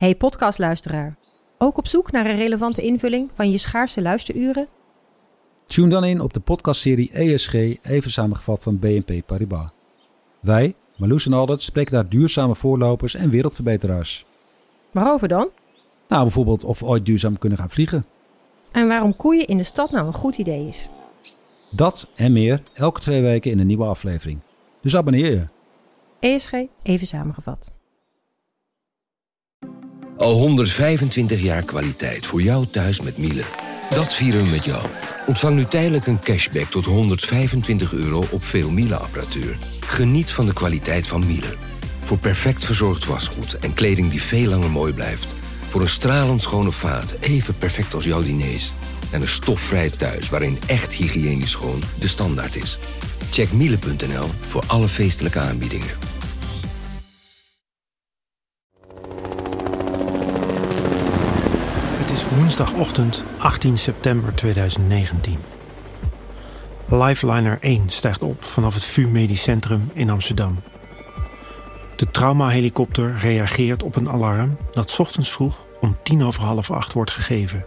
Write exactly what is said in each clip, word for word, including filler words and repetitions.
Hey podcastluisteraar, ook op zoek naar een relevante invulling van je schaarse luisteruren? Tune dan in op de podcastserie E S G, even samengevat van B N P Paribas. Wij, Marloes en Aldert, spreken daar duurzame voorlopers en wereldverbeteraars. Waarover dan? Nou, bijvoorbeeld of we ooit duurzaam kunnen gaan vliegen. En waarom koeien in de stad nou een goed idee is. Dat en meer elke twee weken in een nieuwe aflevering. Dus abonneer je. E S G, even samengevat. Al honderdvijfentwintig jaar kwaliteit voor jou thuis met Miele. Dat vieren we met jou. Ontvang nu tijdelijk een cashback tot honderdvijfentwintig euro op veel Miele-apparatuur. Geniet van de kwaliteit van Miele. Voor perfect verzorgd wasgoed en kleding die veel langer mooi blijft. Voor een stralend schone vaat, even perfect als jouw diners. En een stofvrij thuis waarin echt hygiënisch schoon de standaard is. Check miele punt n l voor alle feestelijke aanbiedingen. Het is woensdagochtend achttien september tweeduizend negentien. Lifeliner één stijgt op vanaf het V U Medisch Centrum in Amsterdam. De traumahelikopter reageert op een alarm dat 's ochtends vroeg om tien over half acht wordt gegeven.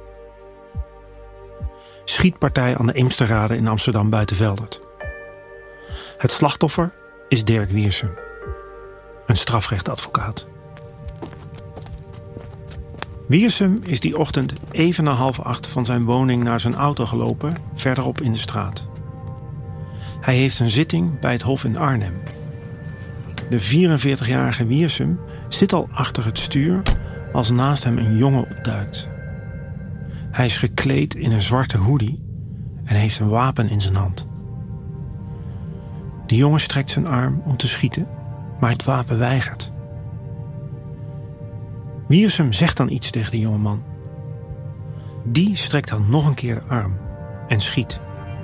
Schietpartij aan de Eemsterrade in Amsterdam Buitenveldert. Het slachtoffer is Dirk Wiersum, een strafrechtadvocaat. Wiersum is die ochtend even na half acht van zijn woning naar zijn auto gelopen, verderop in de straat. Hij heeft een zitting bij het Hof in Arnhem. De vierenveertigjarige Wiersum zit al achter het stuur als naast hem een jongen opduikt. Hij is gekleed in een zwarte hoodie en heeft een wapen in zijn hand. De jongen strekt zijn arm om te schieten, maar het wapen weigert. Wiersum zegt dan iets tegen de jongeman. Die strekt dan nog een keer de arm en schiet.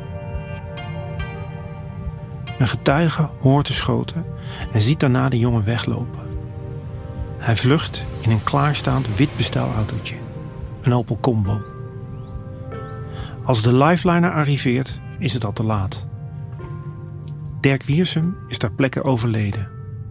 Een getuige hoort de schoten en ziet daarna de jongen weglopen. Hij vlucht in een klaarstaand wit bestelautootje, een Opel Combo. Als de Lifeliner arriveert, is het al te laat. Dirk Wiersum is ter plekke overleden.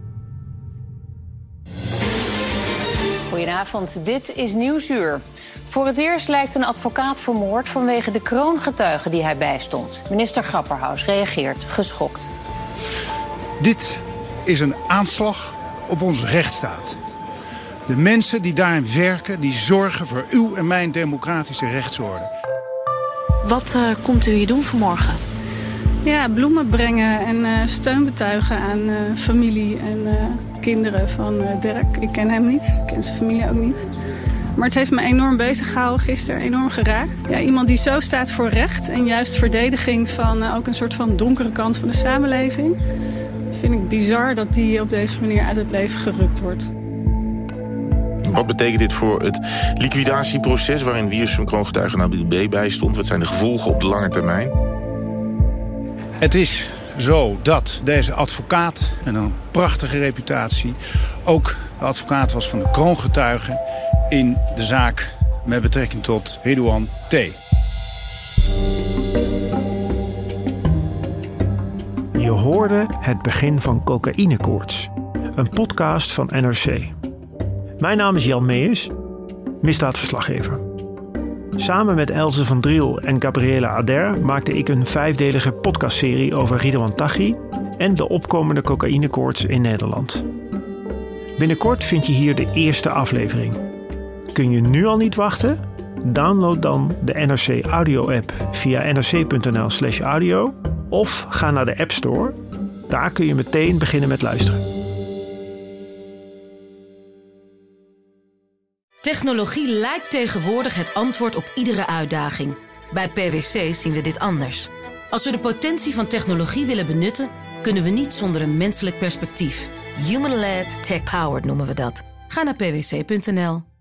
Goedenavond, dit is Nieuwsuur. Voor het eerst lijkt een advocaat vermoord vanwege de kroongetuige die hij bijstond. Minister Grapperhaus reageert geschokt. Dit is een aanslag op onze rechtsstaat. De mensen die daarin werken, die zorgen voor uw en mijn democratische rechtsorde. Wat uh, komt u hier doen vanmorgen? Ja, bloemen brengen en uh, steun betuigen aan uh, familie en uh, kinderen van uh, Dirk. Ik ken hem niet, ik ken zijn familie ook niet. Maar het heeft me enorm bezig gehouden gisteren, enorm geraakt. Ja, iemand die zo staat voor recht en juist verdediging van uh, ook een soort van donkere kant van de samenleving. Vind ik bizar dat die op deze manier uit het leven gerukt wordt. Wat betekent dit voor het liquidatieproces waarin Wiersum kroongetuige Nabil B. bijstond? Wat zijn de gevolgen op de lange termijn? Het is zo dat deze advocaat, met een prachtige reputatie, ook de advocaat was van de kroongetuige in de zaak met betrekking tot Ridouan T. Je hoorde het begin van Cocaïnekoorts, een podcast van N R C. Mijn naam is Jan Meijers, misdaadverslaggever. Samen met Elze van Driel en Gabriela Ader maakte ik een vijfdelige podcastserie over Ridouan Taghi en de opkomende cocaïnekoorts in Nederland. Binnenkort vind je hier de eerste aflevering. Kun je nu al niet wachten? Download dan de N R C audio-app via n r c punt n l slash audio of ga naar de App Store. Daar kun je meteen beginnen met luisteren. Technologie lijkt tegenwoordig het antwoord op iedere uitdaging. Bij P W C zien we dit anders. Als we de potentie van technologie willen benutten, kunnen we niet zonder een menselijk perspectief. Human-led, tech-powered noemen we dat. Ga naar p w c punt n l.